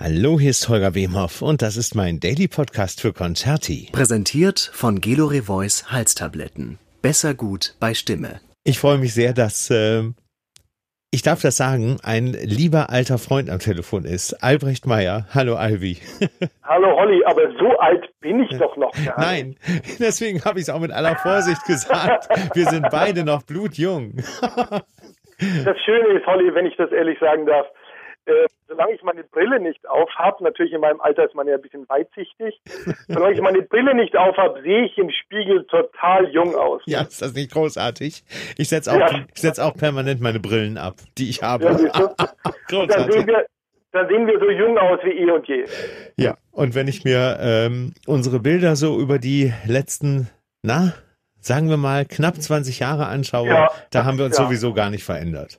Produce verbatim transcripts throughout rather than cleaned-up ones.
Hallo, hier ist Holger Wemhoff und das ist mein Daily Podcast für Concerti. Präsentiert von Gelore Voice Halstabletten. Besser gut bei Stimme. Ich freue mich sehr, dass, äh, ich darf das sagen, ein lieber alter Freund am Telefon ist. Albrecht Meyer. Hallo Albi. Hallo Holly, aber so alt bin ich doch noch gar nicht. Nein, deswegen habe ich es auch mit aller Vorsicht gesagt. Wir sind beide noch blutjung. Das Schöne ist, Holly, wenn ich das ehrlich sagen darf, äh, solange ich meine Brille nicht auf habe, natürlich in meinem Alter ist man ja ein bisschen weitsichtig, solange ich meine Brille nicht auf habe, sehe ich im Spiegel total jung aus. Ja, ist das nicht großartig? Ich setze auch, Ja. ich setz auch permanent meine Brillen ab, die ich habe. Ja, siehst du? Und dann sehen wir, dann sehen wir so jung aus wie eh und je. Ja, und wenn ich mir ähm, unsere Bilder so über die letzten, na, sagen wir mal, knapp zwanzig Jahre anschaue, Ja, da haben wir uns ja. sowieso gar nicht verändert.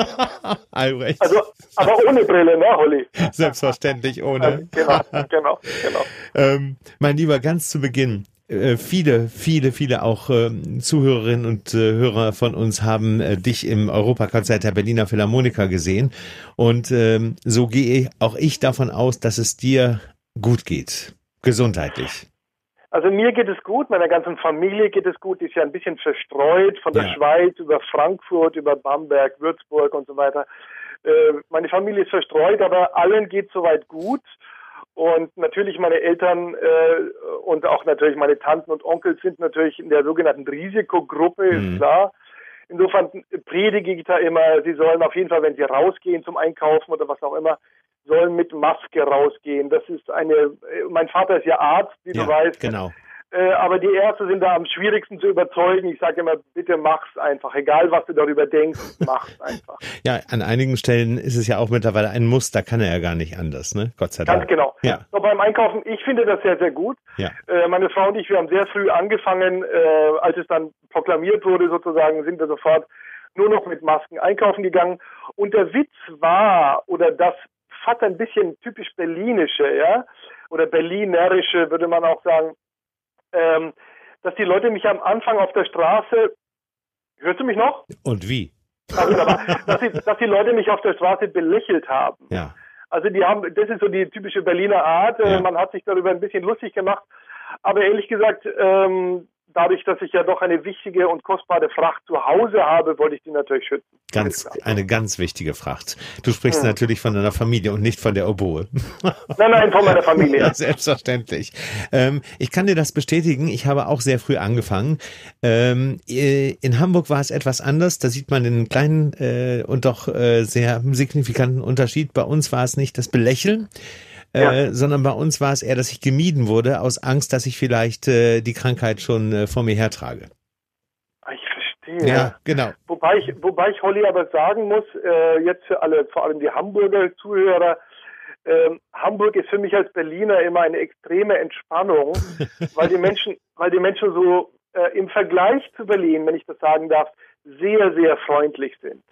Albrecht. Also, aber ohne Brille, ne, Holly? Selbstverständlich ohne. Genau, genau, genau. ähm, mein Lieber, ganz zu Beginn. Äh, viele, viele, viele auch ähm, Zuhörerinnen und äh, Hörer von uns haben äh, dich im Europakonzert der Berliner Philharmoniker gesehen. Und ähm, so gehe auch ich davon aus, dass es dir gut geht. Gesundheitlich. Also mir geht es gut, meiner ganzen Familie geht es gut, die ist ja ein bisschen verstreut von der Ja. Schweiz über Frankfurt, über Bamberg, Würzburg und so weiter. Äh, meine Familie ist verstreut, aber allen geht soweit gut. Und natürlich meine Eltern äh, und auch natürlich meine Tanten und Onkel sind natürlich in der sogenannten Risikogruppe, Mhm. ist klar. Insofern predige ich da immer, sie sollen auf jeden Fall, wenn sie rausgehen zum Einkaufen oder was auch immer, sollen mit Maske rausgehen. Das ist eine, äh, mein Vater ist ja Arzt, wie Ja, du weißt. genau. Äh, aber die Ärzte sind da am schwierigsten zu überzeugen. Ich sage immer, bitte mach's einfach. Egal, was du darüber denkst, mach's einfach. Ja, an einigen Stellen ist es ja auch mittlerweile ein Muss, da kann er ja gar nicht anders, ne? Gott sei Dank. Ganz genau. Ja. So, beim Einkaufen, ich finde das sehr, sehr gut. Ja. Äh, meine Frau und ich, wir haben sehr früh angefangen, äh, als es dann proklamiert wurde sozusagen, sind wir sofort nur noch mit Masken einkaufen gegangen. Und der Witz war, oder das fast ein bisschen typisch berlinische, ja, oder berlinerische, würde man auch sagen, ähm, dass die Leute mich am Anfang auf der Straße, hörst du mich noch? Und wie? Ah, wunderbar. dass, die, dass die Leute mich auf der Straße belächelt haben. Ja. Also die haben, das ist so die typische Berliner Art, äh, Ja. man hat sich darüber ein bisschen lustig gemacht, aber ehrlich gesagt, ähm, dadurch, dass ich ja doch eine wichtige und kostbare Fracht zu Hause habe, wollte ich die natürlich schützen. Ganz, Ist klar. eine ganz wichtige Fracht. Du sprichst Hm. natürlich von deiner Familie und nicht von der Oboe. Nein, nein, von meiner Familie. Ja, selbstverständlich. Ähm, ich kann dir das bestätigen. Ich habe auch sehr früh angefangen. Ähm, äh, in Hamburg war es etwas anders. Da sieht man den kleinen äh, und doch äh, sehr signifikanten Unterschied. Bei uns war es nicht das Belächeln, äh, Ja. sondern bei uns war es eher, dass ich gemieden wurde aus Angst, dass ich vielleicht äh, die Krankheit schon äh, vor mir hertrage. Ah, ich verstehe. Ja, genau. Wobei ich, wobei ich Holly aber sagen muss, äh, jetzt für alle, vor allem die Hamburger Zuhörer, ähm, Hamburg ist für mich als Berliner immer eine extreme Entspannung, weil die Menschen, weil die Menschen so äh, im Vergleich zu Berlin, wenn ich das sagen darf, sehr, sehr freundlich sind.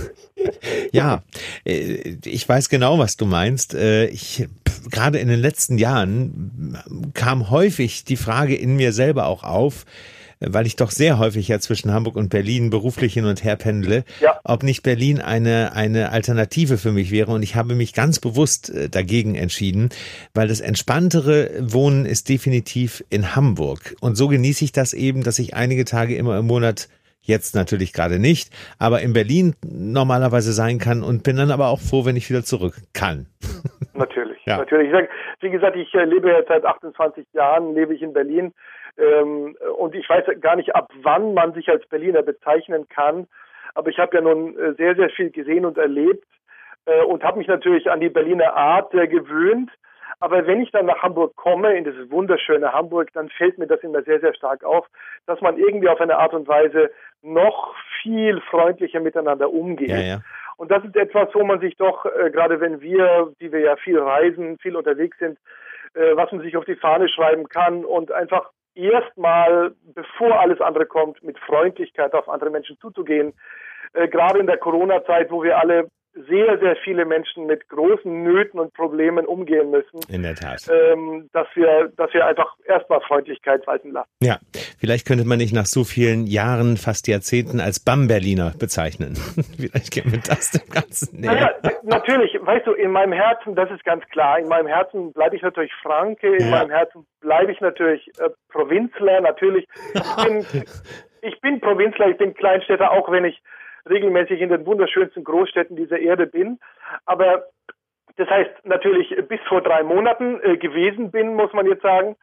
Ja, äh, ich weiß genau, was du meinst. Äh, Ich pf, gerade in den letzten Jahren m, kam häufig die Frage in mir selber auch auf, äh, weil ich doch sehr häufig ja zwischen Hamburg und Berlin beruflich hin und her pendle, Ja. ob nicht Berlin eine eine Alternative für mich wäre. Und ich habe mich ganz bewusst äh, dagegen entschieden, weil das entspanntere Wohnen ist definitiv in Hamburg. Und so genieße ich das eben, dass ich einige Tage immer im Monat, jetzt natürlich gerade nicht, aber in Berlin normalerweise sein kann und bin dann aber auch froh, wenn ich wieder zurück kann. Natürlich, Ja. natürlich. Ich sag, wie gesagt, ich äh, lebe jetzt seit achtundzwanzig Jahren, lebe ich in Berlin ähm, und ich weiß gar nicht, ab wann man sich als Berliner bezeichnen kann, aber ich habe ja nun äh, sehr, sehr viel gesehen und erlebt äh, und habe mich natürlich an die Berliner Art äh, gewöhnt. Aber wenn ich dann nach Hamburg komme, in dieses wunderschöne Hamburg, dann fällt mir das immer sehr, sehr stark auf, dass man irgendwie auf eine Art und Weise noch viel freundlicher miteinander umgeht. Ja, ja. Und das ist etwas, wo man sich doch, äh, gerade wenn wir, die wir ja viel reisen, viel unterwegs sind, äh, was man sich auf die Fahne schreiben kann und einfach erstmal, bevor alles andere kommt, mit Freundlichkeit auf andere Menschen zuzugehen. Äh, gerade in der Corona-Zeit, wo wir alle sehr, sehr viele Menschen mit großen Nöten und Problemen umgehen müssen. In der Tat. Ähm, dass wir, dass wir einfach erstmal Freundlichkeit walten lassen. Ja, vielleicht könnte man nicht nach so vielen Jahren, fast Jahrzehnten als Bam-Berliner bezeichnen. Vielleicht käme das dem Ganzen näher. Naja, natürlich, weißt du, in meinem Herzen, das ist ganz klar, in meinem Herzen bleibe ich natürlich Franke, in Ja. meinem Herzen bleibe ich natürlich äh, Provinzler, natürlich. Ich bin, ich bin Provinzler, ich bin Kleinstädter, auch wenn ich regelmäßig in den wunderschönsten Großstädten dieser Erde bin. Aber das heißt natürlich bis vor drei Monaten äh, gewesen bin, muss man jetzt sagen.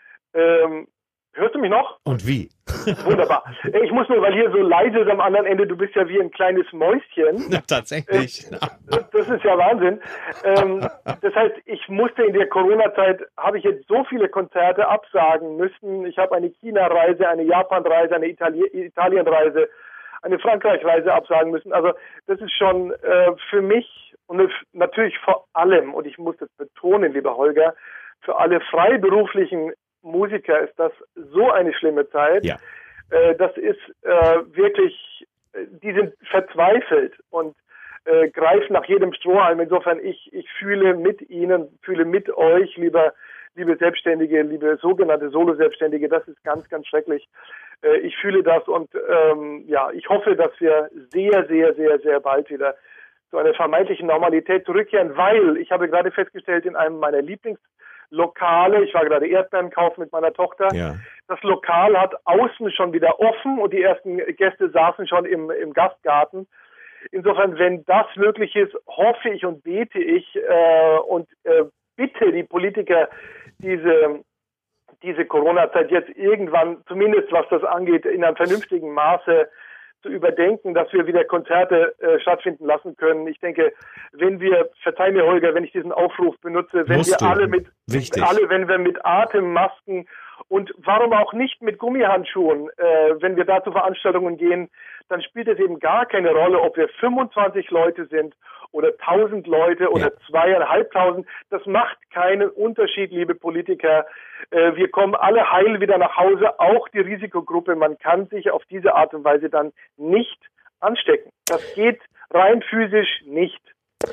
Ähm, hörst du mich noch? Und wie? Wunderbar. Ich muss nur, weil hier so leise ist am anderen Ende, du bist ja wie ein kleines Mäuschen. Na, tatsächlich. Das ist ja Wahnsinn. Ähm, das heißt, ich musste in der Corona-Zeit, habe ich jetzt so viele Konzerte absagen müssen. Ich habe eine China-Reise, eine Japan-Reise, eine Itali- Italien-Reise, eine Frankreich-Reise absagen müssen. Also das ist schon äh, für mich und natürlich vor allem, und ich muss das betonen, lieber Holger, für alle freiberuflichen Musiker ist das so eine schlimme Zeit. Ja. Äh, das ist äh, wirklich, die sind verzweifelt und äh, greifen nach jedem Strohhalm. Insofern, ich, ich fühle mit Ihnen, fühle mit euch, lieber liebe Selbstständige, liebe sogenannte Solo-Selbstständige, das ist ganz, ganz schrecklich. Äh, ich fühle das und ähm, ja, ich hoffe, dass wir sehr, sehr, sehr, sehr bald wieder zu einer vermeintlichen Normalität zurückkehren, weil ich habe gerade festgestellt, in einem meiner Lieblingslokale, ich war gerade Erdbeeren kaufen mit meiner Tochter, Ja. das Lokal hat außen schon wieder offen und die ersten Gäste saßen schon im, im Gastgarten. Insofern, wenn das möglich ist, hoffe ich und bete ich äh, und äh, bitte die Politiker, diese, diese Corona-Zeit jetzt irgendwann, zumindest was das angeht, in einem vernünftigen Maße zu überdenken, dass wir wieder Konzerte äh, stattfinden lassen können. Ich denke, wenn wir, verzeih mir Holger, wenn ich diesen Aufruf benutze, wenn Musst wir du. alle mit, Wichtig. alle, wenn wir mit Atemmasken und warum auch nicht mit Gummihandschuhen, äh, wenn wir da zu Veranstaltungen gehen, dann spielt es eben gar keine Rolle, ob wir fünfundzwanzig Leute sind oder tausend Leute oder Ja. zweieinhalbtausend. Das macht keinen Unterschied, liebe Politiker. Äh, wir kommen alle heil wieder nach Hause, auch die Risikogruppe. Man kann sich auf diese Art und Weise dann nicht anstecken. Das geht rein physisch nicht.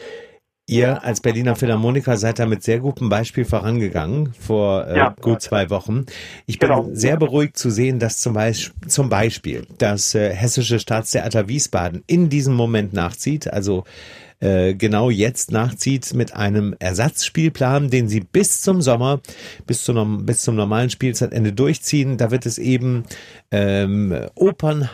Ihr als Berliner Philharmoniker seid da mit sehr gutem Beispiel vorangegangen vor äh, Ja. gut zwei Wochen. Ich bin Genau. sehr beruhigt zu sehen, dass zum Beispiel, zum Beispiel das äh, Hessische Staatstheater Wiesbaden in diesem Moment nachzieht, also äh, genau jetzt nachzieht mit einem Ersatzspielplan, den sie bis zum Sommer, bis zum, bis zum normalen Spielzeitende durchziehen. Da wird es eben ähm, Opern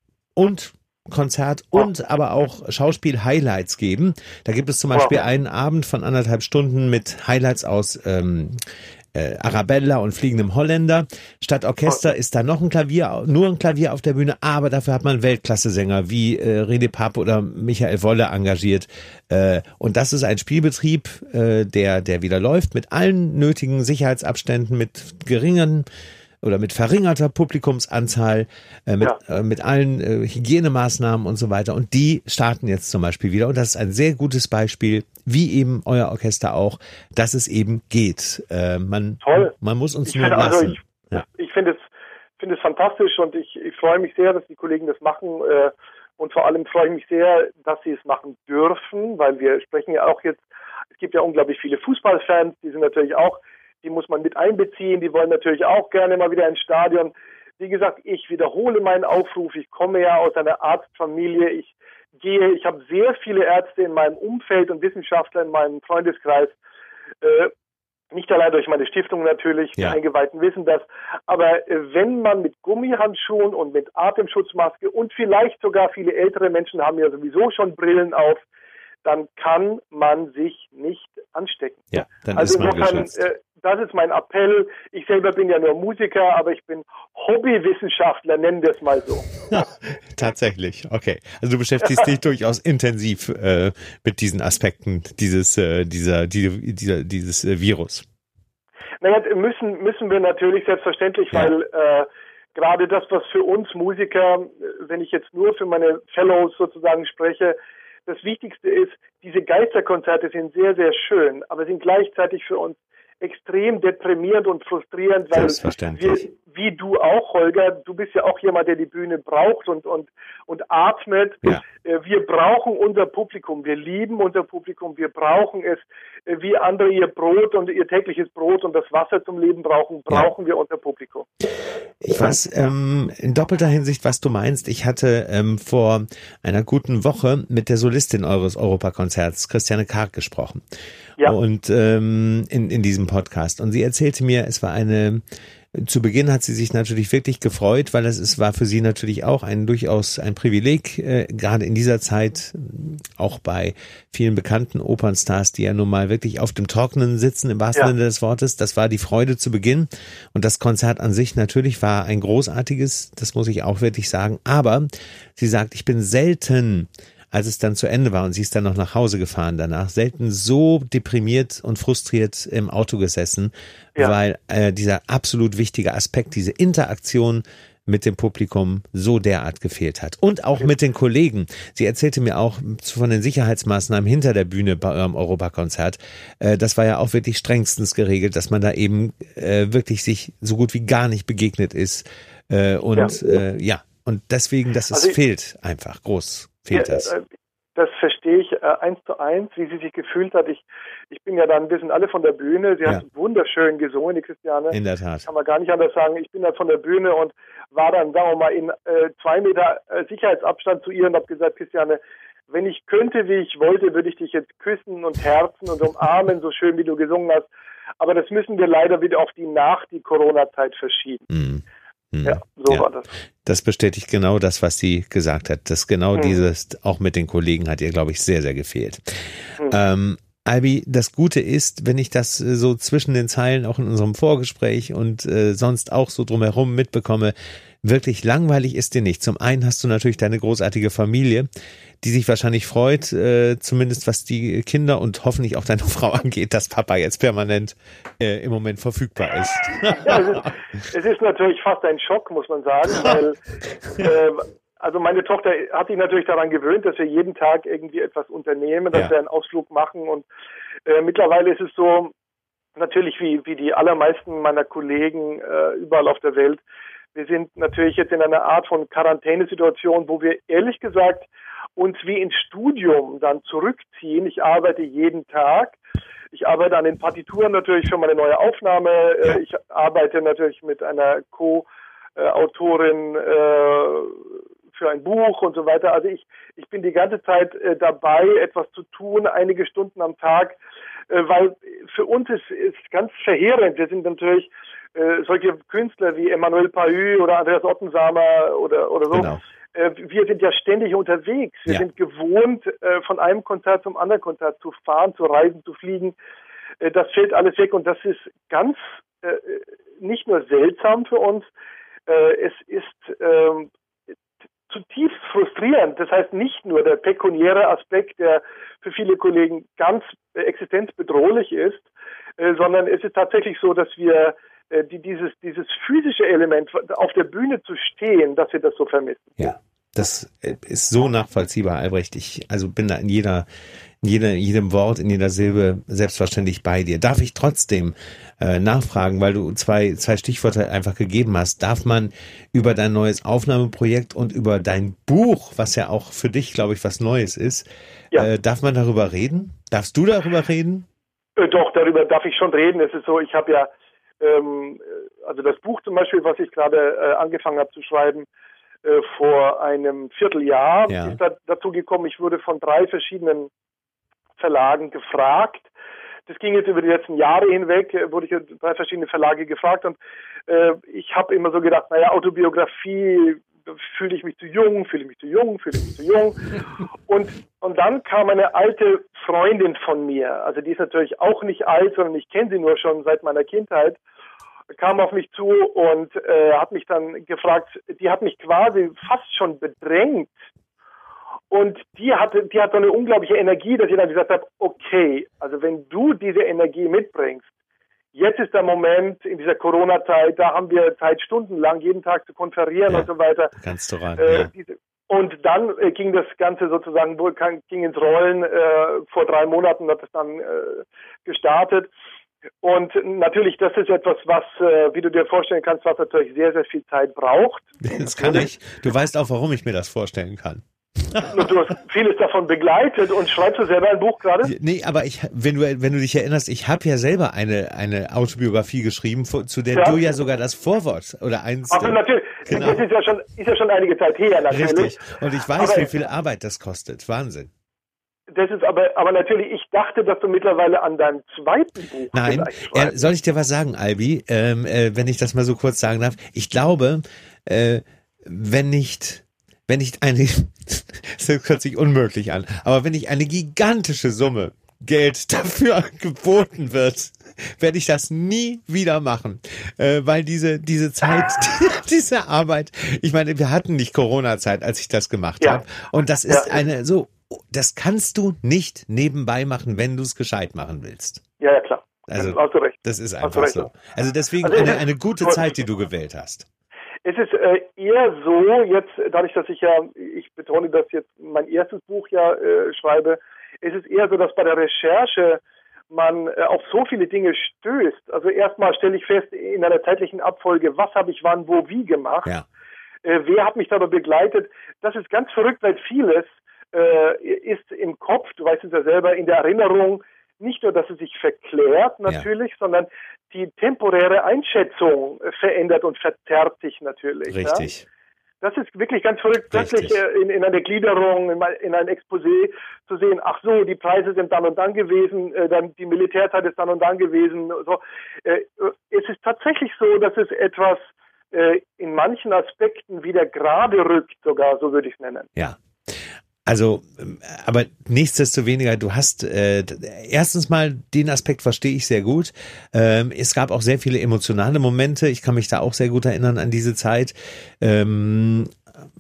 und Konzert und aber auch Schauspiel-Highlights geben. Da gibt es zum Beispiel einen Abend von anderthalb Stunden mit Highlights aus ähm, äh, Arabella und Fliegendem Holländer. Statt Orchester ist da noch ein Klavier, nur ein Klavier auf der Bühne, aber dafür hat man Weltklasse-Sänger wie äh, René Pape oder Michael Wolle engagiert. Äh, und das ist ein Spielbetrieb, äh, der, der wieder läuft mit allen nötigen Sicherheitsabständen, mit geringen oder mit verringerter Publikumsanzahl, äh, mit, Ja. äh, mit allen äh, Hygienemaßnahmen und so weiter. Und die starten jetzt zum Beispiel wieder. Und das ist ein sehr gutes Beispiel, wie eben euer Orchester auch, dass es eben geht. Äh, man, Toll. man muss uns Ich nur finde, also lassen. ich, Ja. ich finde es, finde es fantastisch und ich, ich freue mich sehr, dass die Kollegen das machen. Äh, und vor allem freue ich mich sehr, dass sie es machen dürfen, weil wir sprechen ja auch jetzt, es gibt ja unglaublich viele Fußballfans, die sind natürlich auch, die muss man mit einbeziehen, die wollen natürlich auch gerne mal wieder ins Stadion. Wie gesagt, ich wiederhole meinen Aufruf, ich komme ja aus einer Arztfamilie, ich gehe, ich habe sehr viele Ärzte in meinem Umfeld und Wissenschaftler in meinem Freundeskreis, äh, nicht allein durch meine Stiftung natürlich, Ja. die Eingeweihten wissen das, aber äh, wenn man mit Gummihandschuhen und mit Atemschutzmaske und vielleicht sogar viele ältere Menschen haben ja sowieso schon Brillen auf, dann kann man sich nicht anstecken. Ja, dann Also ist man insofern, geschützt. äh, das ist mein Appell. Ich selber bin ja nur Musiker, aber ich bin Hobbywissenschaftler, nennen wir es mal so. Tatsächlich, okay. Also du beschäftigst dich durchaus intensiv äh, mit diesen Aspekten dieses, äh, dieser, die, dieser, dieses äh, Virus. Naja, müssen, müssen wir natürlich selbstverständlich, Ja. weil äh, gerade das, was für uns Musiker, wenn ich jetzt nur für meine Fellows sozusagen spreche, das Wichtigste ist, diese Geisterkonzerte sind sehr, sehr schön, aber sind gleichzeitig für uns extrem deprimierend und frustrierend, weil wir, wie du auch, Holger, du bist ja auch jemand, der die Bühne braucht und und und atmet. Ja. Wir brauchen unser Publikum, wir lieben unser Publikum, wir brauchen es, wie andere ihr Brot und ihr tägliches Brot und das Wasser zum Leben brauchen, brauchen ja. wir unser Publikum. Ich weiß ähm, in doppelter Hinsicht, was du meinst. Ich hatte ähm, vor einer guten Woche mit der Solistin eures Europakonzerts, Christiane Karg, gesprochen. Ja. Und ähm, in, in diesem Podcast. Und sie erzählte mir, es war eine, zu Beginn hat sie sich natürlich wirklich gefreut, weil es, es war für sie natürlich auch ein durchaus ein Privileg, äh, gerade in dieser Zeit, auch bei vielen bekannten Opernstars, die ja nun mal wirklich auf dem Trockenen sitzen, im wahrsten Sinne ja. des Wortes. Das war die Freude zu Beginn. Und das Konzert an sich natürlich war ein großartiges, das muss ich auch wirklich sagen. Aber sie sagt, ich bin selten, als es dann zu Ende war und sie ist dann noch nach Hause gefahren danach, selten so deprimiert und frustriert im Auto gesessen, ja. weil äh, dieser absolut wichtige Aspekt, diese Interaktion mit dem Publikum so derart gefehlt hat. Und auch mit den Kollegen. Sie erzählte mir auch von den Sicherheitsmaßnahmen hinter der Bühne bei eurem Europakonzert. Äh, das war ja auch wirklich strengstens geregelt, dass man da eben äh, wirklich sich so gut wie gar nicht begegnet ist. Äh, und ja. Äh, ja, und deswegen, dass es also fehlt einfach groß. Fehlt das? Ja, das verstehe ich äh, eins zu eins, wie sie sich gefühlt hat. Ich, ich bin ja dann, wir sind alle von der Bühne. Sie ja. hat wunderschön gesungen, die Christiane. In der Tat. Kann man gar nicht anders sagen. Ich bin dann von der Bühne und war dann, sagen wir mal, in äh, zwei Meter äh, Sicherheitsabstand zu ihr und habe gesagt, Christiane, wenn ich könnte, wie ich wollte, würde ich dich jetzt küssen und herzen und umarmen, so schön wie du gesungen hast. Aber das müssen wir leider wieder auf die nach die Corona-Zeit verschieben. Mhm. Ja, so ja, war das. Das bestätigt genau das, was sie gesagt hat. Das genau hm. dieses, auch mit den Kollegen, hat ihr, glaube ich, sehr, sehr gefehlt. Hm. Ähm, Albi, das Gute ist, wenn ich das so zwischen den Zeilen auch in unserem Vorgespräch und äh, sonst auch so drumherum mitbekomme, wirklich langweilig ist dir nicht. Zum einen hast du natürlich deine großartige Familie, die sich wahrscheinlich freut, äh, zumindest was die Kinder und hoffentlich auch deine Frau angeht, dass Papa jetzt permanent äh, im Moment verfügbar ist. Ja, es ist. Es ist natürlich fast ein Schock, muss man sagen, weil äh, also meine Tochter hat sich natürlich daran gewöhnt, dass wir jeden Tag irgendwie etwas unternehmen, dass ja. wir einen Ausflug machen und äh, mittlerweile ist es so, natürlich wie wie die allermeisten meiner Kollegen äh, überall auf der Welt, wir sind natürlich jetzt in einer Art von Quarantänesituation, wo wir ehrlich gesagt uns wie ins Studium dann zurückziehen. Ich arbeite jeden Tag. Ich arbeite an den Partituren natürlich für meine neue Aufnahme. Ja. Ich arbeite natürlich mit einer Co-Autorin für ein Buch und so weiter. Also ich, ich bin die ganze Zeit dabei, etwas zu tun, einige Stunden am Tag, weil für uns ist es ganz verheerend. Wir sind natürlich äh, solche Künstler wie Emmanuel Pahü oder Andreas Ottensamer oder, oder so. Genau. Äh, wir sind ja ständig unterwegs. Wir ja. sind gewohnt, äh, von einem Konzert zum anderen Konzert zu fahren, zu reisen, zu fliegen. Äh, das fällt alles weg und das ist ganz äh, nicht nur seltsam für uns, äh, es ist äh, zutiefst frustrierend. Das heißt nicht nur der pekuniäre Aspekt, der für viele Kollegen ganz äh, existenzbedrohlich ist, äh, sondern es ist tatsächlich so, dass wir äh, die, dieses, dieses physische Element auf der Bühne zu stehen, dass wir das so vermissen. Ja, das ist so nachvollziehbar, Albrecht. Ich also bin da in jeder in jeder, jedem Wort, in jeder Silbe selbstverständlich bei dir. Darf ich trotzdem äh, nachfragen, weil du zwei, zwei Stichworte einfach gegeben hast. Darf man über dein neues Aufnahmeprojekt und über dein Buch, was ja auch für dich, glaube ich, was Neues ist, ja. äh, darf man darüber reden? Darfst du darüber reden? Äh, doch, darüber darf ich schon reden. Es ist so, ich habe ja, ähm, also das Buch zum Beispiel, was ich gerade äh, angefangen habe zu schreiben, äh, vor einem Vierteljahr ja. ist da, dazu gekommen, ich wurde von drei verschiedenen Verlagen gefragt. Das ging jetzt über die letzten Jahre hinweg, wurde ich drei verschiedene Verlage gefragt und äh, ich habe immer so gedacht, naja, Autobiografie, fühle ich mich zu jung, fühle ich mich zu jung, fühle ich mich zu jung. Und, und dann kam eine alte Freundin von mir, also die ist natürlich auch nicht alt, sondern ich kenne sie nur schon seit meiner Kindheit, kam auf mich zu und äh, hat mich dann gefragt, die hat mich quasi fast schon bedrängt. Und die hatte, die hat so eine unglaubliche Energie, dass ich dann gesagt habe, okay, also wenn du diese Energie mitbringst, jetzt ist der Moment in dieser Corona-Zeit, da haben wir Zeit, stundenlang jeden Tag zu konferieren ja, und so weiter. Kannst du ran, äh, ja. diese, und dann äh, ging das Ganze sozusagen, ging ins Rollen, äh, vor drei Monaten hat es dann äh, gestartet. Und natürlich, das ist etwas, was, äh, wie du dir vorstellen kannst, was natürlich sehr, sehr viel Zeit braucht. Das kann ich. Du weißt auch, warum ich mir das vorstellen kann. Und du hast vieles davon begleitet und schreibst du selber ein Buch gerade? Nee, aber ich, wenn du, wenn du dich erinnerst, ich habe ja selber eine, eine Autobiografie geschrieben, zu der ja. du ja sogar das Vorwort oder eins. Also natürlich, genau. Das ist ja schon, ist ja schon einige Zeit her, natürlich. Richtig. Und ich weiß, aber wie viel Arbeit das kostet. Wahnsinn. Das ist aber, aber natürlich, ich dachte, dass du mittlerweile an deinem zweiten Buch Nein, äh, soll ich dir was sagen, Albi, ähm, äh, wenn ich das mal so kurz sagen darf? Ich glaube, äh, wenn nicht, wenn nicht eine, das hört sich unmöglich an, aber wenn nicht eine gigantische Summe Geld dafür geboten wird, werde ich das nie wieder machen, äh, weil diese diese Zeit, diese Arbeit, ich meine, wir hatten nicht Corona-Zeit, als ich das gemacht ja. habe, und das ist ja. eine so, das kannst du nicht nebenbei machen, wenn du es gescheit machen willst. Ja, ja, klar. Also hast du recht. Das ist einfach so. Also deswegen also eine, eine gute Zeit, die du gewählt hast. Es ist äh, eher so, jetzt dadurch, dass ich ja, ich betone das jetzt, mein erstes Buch ja äh, schreibe, es ist eher so, dass bei der Recherche man äh, auf so viele Dinge stößt. Also erstmal stelle ich fest, in einer zeitlichen Abfolge, was habe ich wann, wo, wie gemacht. Ja. Äh, wer hat mich dabei begleitet. Das ist ganz verrückt, weil vieles äh, ist im Kopf, du weißt es ja selber, in der Erinnerung, nicht nur, dass es sich verklärt natürlich, ja. sondern die temporäre Einschätzung verändert und verzerrt sich natürlich. Richtig. Ja? Das ist wirklich ganz verrückt, plötzlich in, in einer Gliederung, in, in einem Exposé zu sehen, ach so, die Preise sind dann und dann gewesen, äh, dann die Militärzeit ist dann und dann gewesen. So. Äh, es ist tatsächlich so, dass es etwas äh, in manchen Aspekten wieder gerade rückt, sogar, so würde ich es nennen. Ja. Also, aber nichtsdestoweniger, du hast äh, erstens mal den Aspekt verstehe ich sehr gut. Ähm, es gab auch sehr viele emotionale Momente. Ich kann mich da auch sehr gut erinnern an diese Zeit ähm,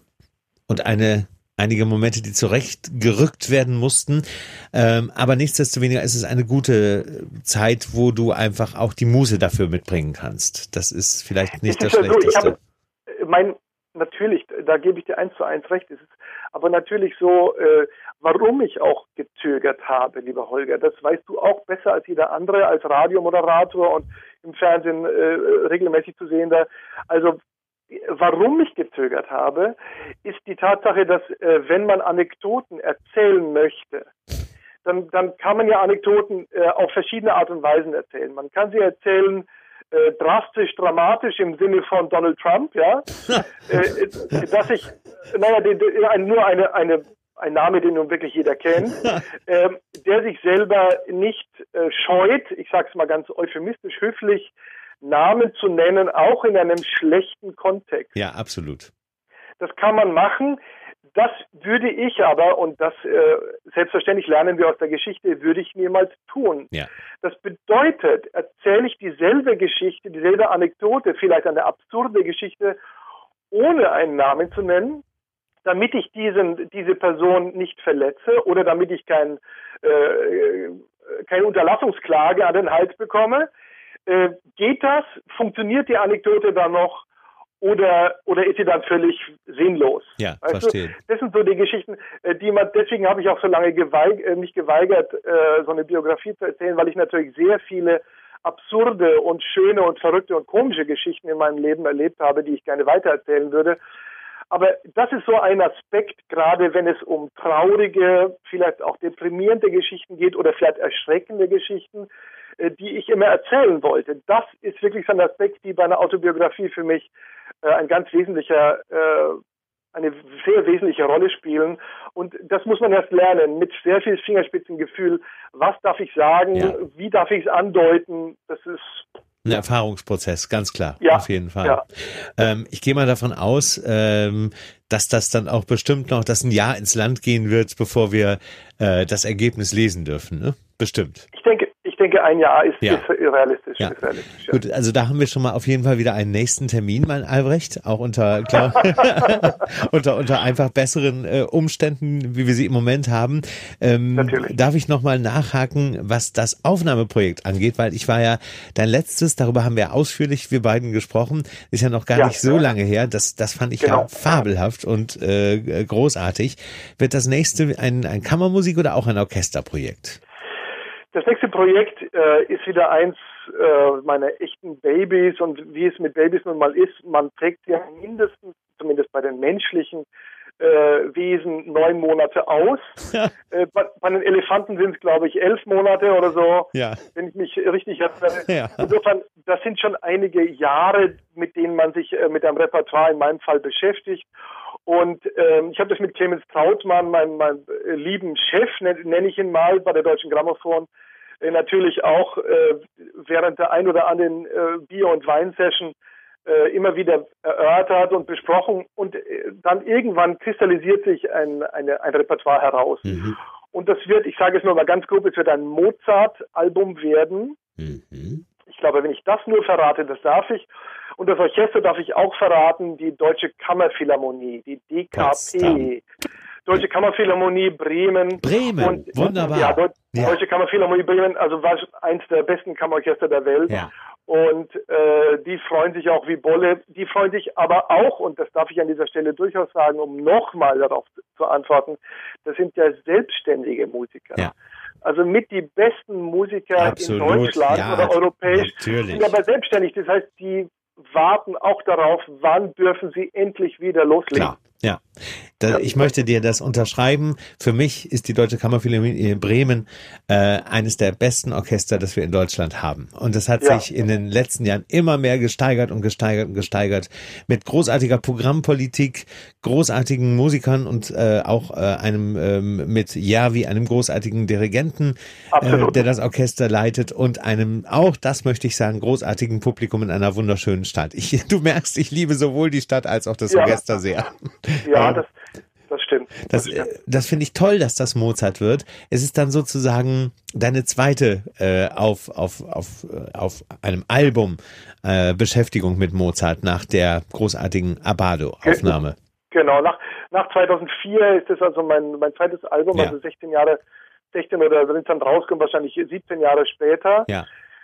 und eine einige Momente, die zurechtgerückt werden mussten. Ähm, aber nichtsdestoweniger ist es eine gute Zeit, wo du einfach auch die Muße dafür mitbringen kannst. Das ist vielleicht nicht das, das Schlechteste. So, ich habe mein Natürlich, da gebe ich dir eins zu eins recht. Es ist aber natürlich so, äh, warum ich auch gezögert habe, lieber Holger. Das weißt du auch besser als jeder andere, als Radiomoderator und im Fernsehen äh, regelmäßig zu sehender. Also warum ich gezögert habe, ist die Tatsache, dass äh, wenn man Anekdoten erzählen möchte, dann, dann kann man ja Anekdoten äh, auf verschiedene Art und Weisen erzählen. Man kann sie erzählen, Äh, drastisch, dramatisch im Sinne von Donald Trump, ja, äh, dass ich, naja, den, den, nur eine, eine, ein Name, den nun wirklich jeder kennt, äh, der sich selber nicht äh, scheut, ich sag's mal ganz euphemistisch, höflich, Namen zu nennen, auch in einem schlechten Kontext. Ja, absolut. Das kann man machen. Das würde ich aber, und das äh, selbstverständlich lernen wir aus der Geschichte, würde ich niemals tun. Ja. Das bedeutet, erzähle ich dieselbe Geschichte, dieselbe Anekdote, vielleicht eine absurde Geschichte, ohne einen Namen zu nennen, damit ich diesen, diese Person nicht verletze oder damit ich kein, äh, keine Unterlassungsklage an den Hals bekomme. Äh, geht das? Funktioniert die Anekdote dann noch? Oder, oder ist sie dann völlig sinnlos? Ja, weißt verstehe. Du? Das sind so die Geschichten, die man, deswegen habe ich auch so lange geweig, mich geweigert, so eine Biografie zu erzählen, weil ich natürlich sehr viele absurde und schöne und verrückte und komische Geschichten in meinem Leben erlebt habe, die ich gerne weitererzählen würde. Aber das ist so ein Aspekt, gerade wenn es um traurige, vielleicht auch deprimierende Geschichten geht oder vielleicht erschreckende Geschichten, die ich immer erzählen wollte. Das ist wirklich so ein Aspekt, die bei einer Autobiografie für mich äh, ein ganz wesentlicher, äh, eine sehr wesentliche Rolle spielen. Und das muss man erst lernen, mit sehr viel Fingerspitzengefühl. Was darf ich sagen? Ja. Wie darf ich es andeuten? Das ist ein Erfahrungsprozess, ganz klar, ja, auf jeden Fall. Ja. Ähm, ich gehe mal davon aus, ähm, dass das dann auch bestimmt noch, dass ein Jahr ins Land gehen wird, bevor wir äh, das Ergebnis lesen dürfen, ne? Bestimmt. Ich denke, ich denke, ein Jahr ist, ja. ist realistisch. Ja. Ist realistisch ja. Gut, also da haben wir schon mal auf jeden Fall wieder einen nächsten Termin, mein Albrecht, auch unter klar, unter unter einfach besseren äh, Umständen, wie wir sie im Moment haben. Ähm, Natürlich. Darf ich noch mal nachhaken, was das Aufnahmeprojekt angeht, weil ich war ja dein letztes, darüber haben wir ausführlich wir beiden gesprochen, ist ja noch gar ja. nicht so lange her. Das das fand ich genau. ja fabelhaft und äh, großartig. Wird das nächste ein ein Kammermusik oder auch ein Orchesterprojekt? Das nächste Projekt äh, ist wieder eins, äh, meine echten Babys und wie es mit Babys nun mal ist, man trägt sie ja mindestens, zumindest bei den menschlichen äh, Wesen, neun Monate aus. äh, bei, bei den Elefanten sind es, glaube ich, elf Monate oder so, ja. wenn ich mich richtig erinnere. Ja. Insofern, das sind schon einige Jahre, mit denen man sich äh, mit einem Repertoire in meinem Fall beschäftigt. Und ähm, ich habe das mit Clemens Trautmann, meinem, meinem äh, lieben Chef, nenne nenn ich ihn mal, bei der Deutschen Grammophon, äh, natürlich auch äh, während der ein oder anderen äh, Bier- und Weinsession äh, immer wieder erörtert und besprochen. Und äh, dann irgendwann kristallisiert sich ein, eine, ein Repertoire heraus. Mhm. Und das wird, ich sage es nur mal ganz grob, es wird ein Mozart-Album werden. Mhm. Ich glaube, wenn ich das nur verrate, das darf ich. Und das Orchester darf ich auch verraten, die Deutsche Kammerphilharmonie, die D K P. Deutsche Kammerphilharmonie Bremen. Bremen, und, wunderbar. Ja, Deut- ja. Deutsche Kammerphilharmonie Bremen, also war eins der besten Kammerorchester der Welt. Ja. Und äh, die freuen sich auch wie Bolle. Die freuen sich aber auch, und das darf ich an dieser Stelle durchaus sagen, um nochmal darauf zu antworten, das sind ja selbstständige Musiker. Ja. Also mit die besten Musiker Absolut. in Deutschland ja, oder europäisch natürlich. sind aber selbstständig. Das heißt, die warten auch darauf, wann dürfen sie endlich wieder loslegen. Klar. Ja, da, ich möchte dir das unterschreiben. Für mich ist die Deutsche Kammerphilharmonie in Bremen äh, eines der besten Orchester, das wir in Deutschland haben. Und das hat ja. sich in den letzten Jahren immer mehr gesteigert und gesteigert und gesteigert. Mit großartiger Programmpolitik, großartigen Musikern und äh, auch äh, einem ähm, mit Järvi, einem großartigen Dirigenten, äh, der das Orchester leitet und einem, auch das möchte ich sagen, großartigen Publikum in einer wunderschönen Stadt. Ich, du merkst, ich liebe sowohl die Stadt als auch das ja. Orchester sehr. Ja, das, das stimmt. Das, das, das finde ich toll, dass das Mozart wird. Es ist dann sozusagen deine zweite äh, auf, auf, auf, auf einem Album äh, Beschäftigung mit Mozart nach der großartigen Abbado-Aufnahme. Genau, nach, nach zweitausendvier ist es also mein, mein zweites Album, ja. also sechzehn Jahre, sechzehn oder wenn es dann rauskommt, wahrscheinlich siebzehn Jahre später. Ja.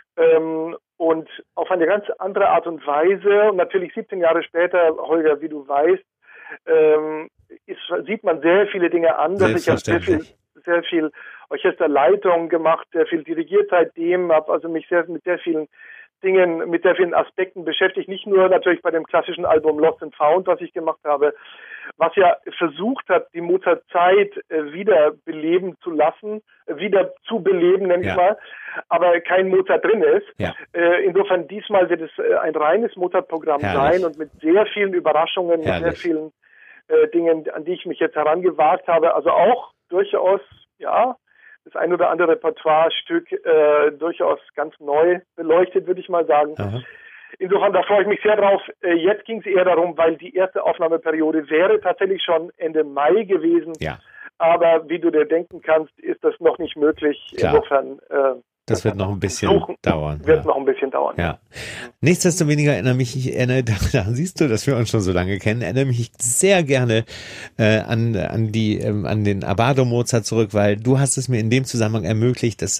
Ähm, und auf eine ganz andere Art und Weise. Und natürlich siebzehn Jahre später, Holger, wie du weißt, Ähm, ist, sieht man sehr viele Dinge anders. Ich habe sehr viel, sehr viel Orchesterleitung gemacht, sehr viel dirigiert seitdem, habe also mich sehr mit sehr vielen Dingen, mit sehr vielen Aspekten beschäftigt. Nicht nur natürlich bei dem klassischen Album Lost and Found, was ich gemacht habe, was ja versucht hat, die Mozart-Zeit äh, wieder beleben zu lassen, äh, wieder zu beleben, nenne ja. ich mal, aber kein Mozart drin ist. Ja. Äh, insofern diesmal wird es äh, ein reines Mozart-Programm sein und mit sehr vielen Überraschungen, Herrlich. mit sehr vielen äh, Dingen, an die ich mich jetzt herangewagt habe. Also auch durchaus, ja, das ein oder andere Repertoire-Stück äh, durchaus ganz neu beleuchtet, würde ich mal sagen. Aha. Insofern, da freue ich mich sehr drauf. Äh, jetzt ging es eher darum, weil die erste Aufnahmeperiode wäre tatsächlich schon Ende Mai gewesen. Ja. Aber wie du dir denken kannst, ist das noch nicht möglich. Klar. Insofern äh, Das wird noch ein bisschen suchen, dauern. Wird ja. noch ein bisschen dauern. Ja. Nichtsdestoweniger erinnere mich, ich erinnere, daran siehst du, dass wir uns schon so lange kennen, erinnere mich sehr gerne äh, an, an die, ähm, an den Abbado Mozart zurück, weil du hast es mir in dem Zusammenhang ermöglicht, das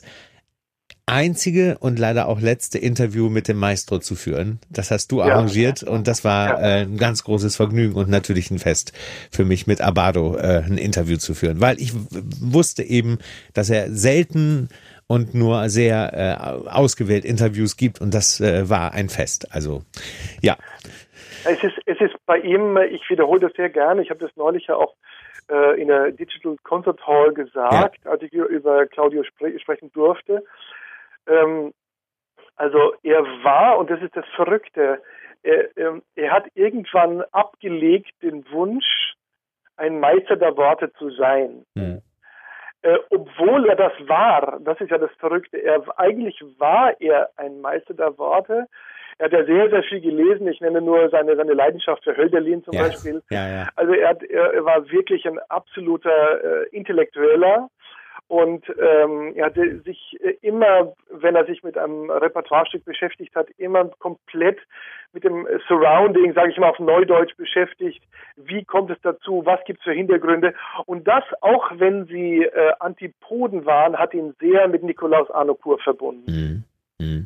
einzige und leider auch letzte Interview mit dem Maestro zu führen. Das hast du ja. arrangiert und das war ja. äh, ein ganz großes Vergnügen und natürlich ein Fest für mich, mit Abbado äh, ein Interview zu führen, weil ich w- wusste eben, dass er selten und nur sehr äh, ausgewählt Interviews gibt und das äh, war ein Fest. Also ja. Es ist, es ist bei ihm, ich wiederhole das sehr gerne, ich habe das neulich ja auch äh, in der Digital Concert Hall gesagt, ja. als ich über Claudio spre- sprechen durfte. Ähm, also er war, und das ist das Verrückte, er, er hat irgendwann abgelegt den Wunsch, ein Meister der Worte zu sein. Mhm. Äh, obwohl er das war, das ist ja das Verrückte, er, eigentlich war er ein Meister der Worte. Er hat ja sehr, sehr viel gelesen. Ich nenne nur seine, seine Leidenschaft für Hölderlin zum ja. Beispiel. Ja, ja. Also er, hat, er war wirklich ein absoluter äh, Intellektueller. Und ähm, er hatte sich immer, wenn er sich mit einem Repertoirestück beschäftigt hat, immer komplett mit dem Surrounding, sage ich mal auf Neudeutsch, beschäftigt. Wie kommt es dazu? Was gibt es für Hintergründe? Und das, auch wenn sie äh, Antipoden waren, hat ihn sehr mit Nikolaus Harnoncourt verbunden. Mhm. Mhm.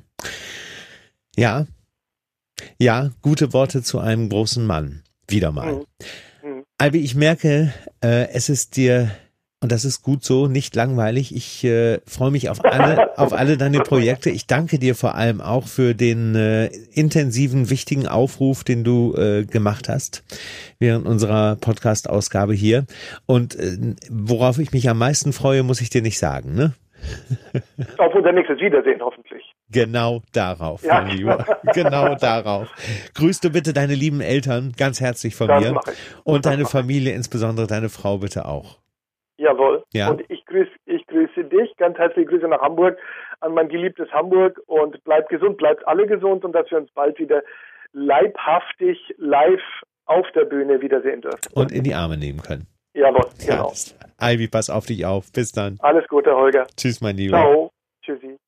Ja, ja, gute Worte zu einem großen Mann. Wieder mal. Mhm. Mhm. Albi, ich merke, äh, es ist dir Und das ist gut so, nicht langweilig. Ich äh, freue mich auf alle, auf alle deine Projekte. Ich danke dir vor allem auch für den äh, intensiven, wichtigen Aufruf, den du äh, gemacht hast während unserer Podcast-Ausgabe hier. Und äh, worauf ich mich am meisten freue, muss ich dir nicht sagen, ne? Auf unser nächstes Wiedersehen hoffentlich. Genau darauf, ja. mein Lieber. Genau darauf. Grüß du bitte deine lieben Eltern ganz herzlich von das mir. Mach ich. Und das deine Familie, insbesondere deine Frau, bitte auch. Jawohl. Ja. Und ich grüße ich grüße dich. Ganz herzliche Grüße nach Hamburg, an mein geliebtes Hamburg. Und bleibt gesund, bleibt alle gesund und dass wir uns bald wieder leibhaftig live auf der Bühne wiedersehen dürfen. Und in die Arme nehmen können. Jawohl, genau. Ja, Ivy, pass auf dich auf. Bis dann. Alles Gute, Holger. Tschüss, mein Lieber. Ciao. Tschüssi.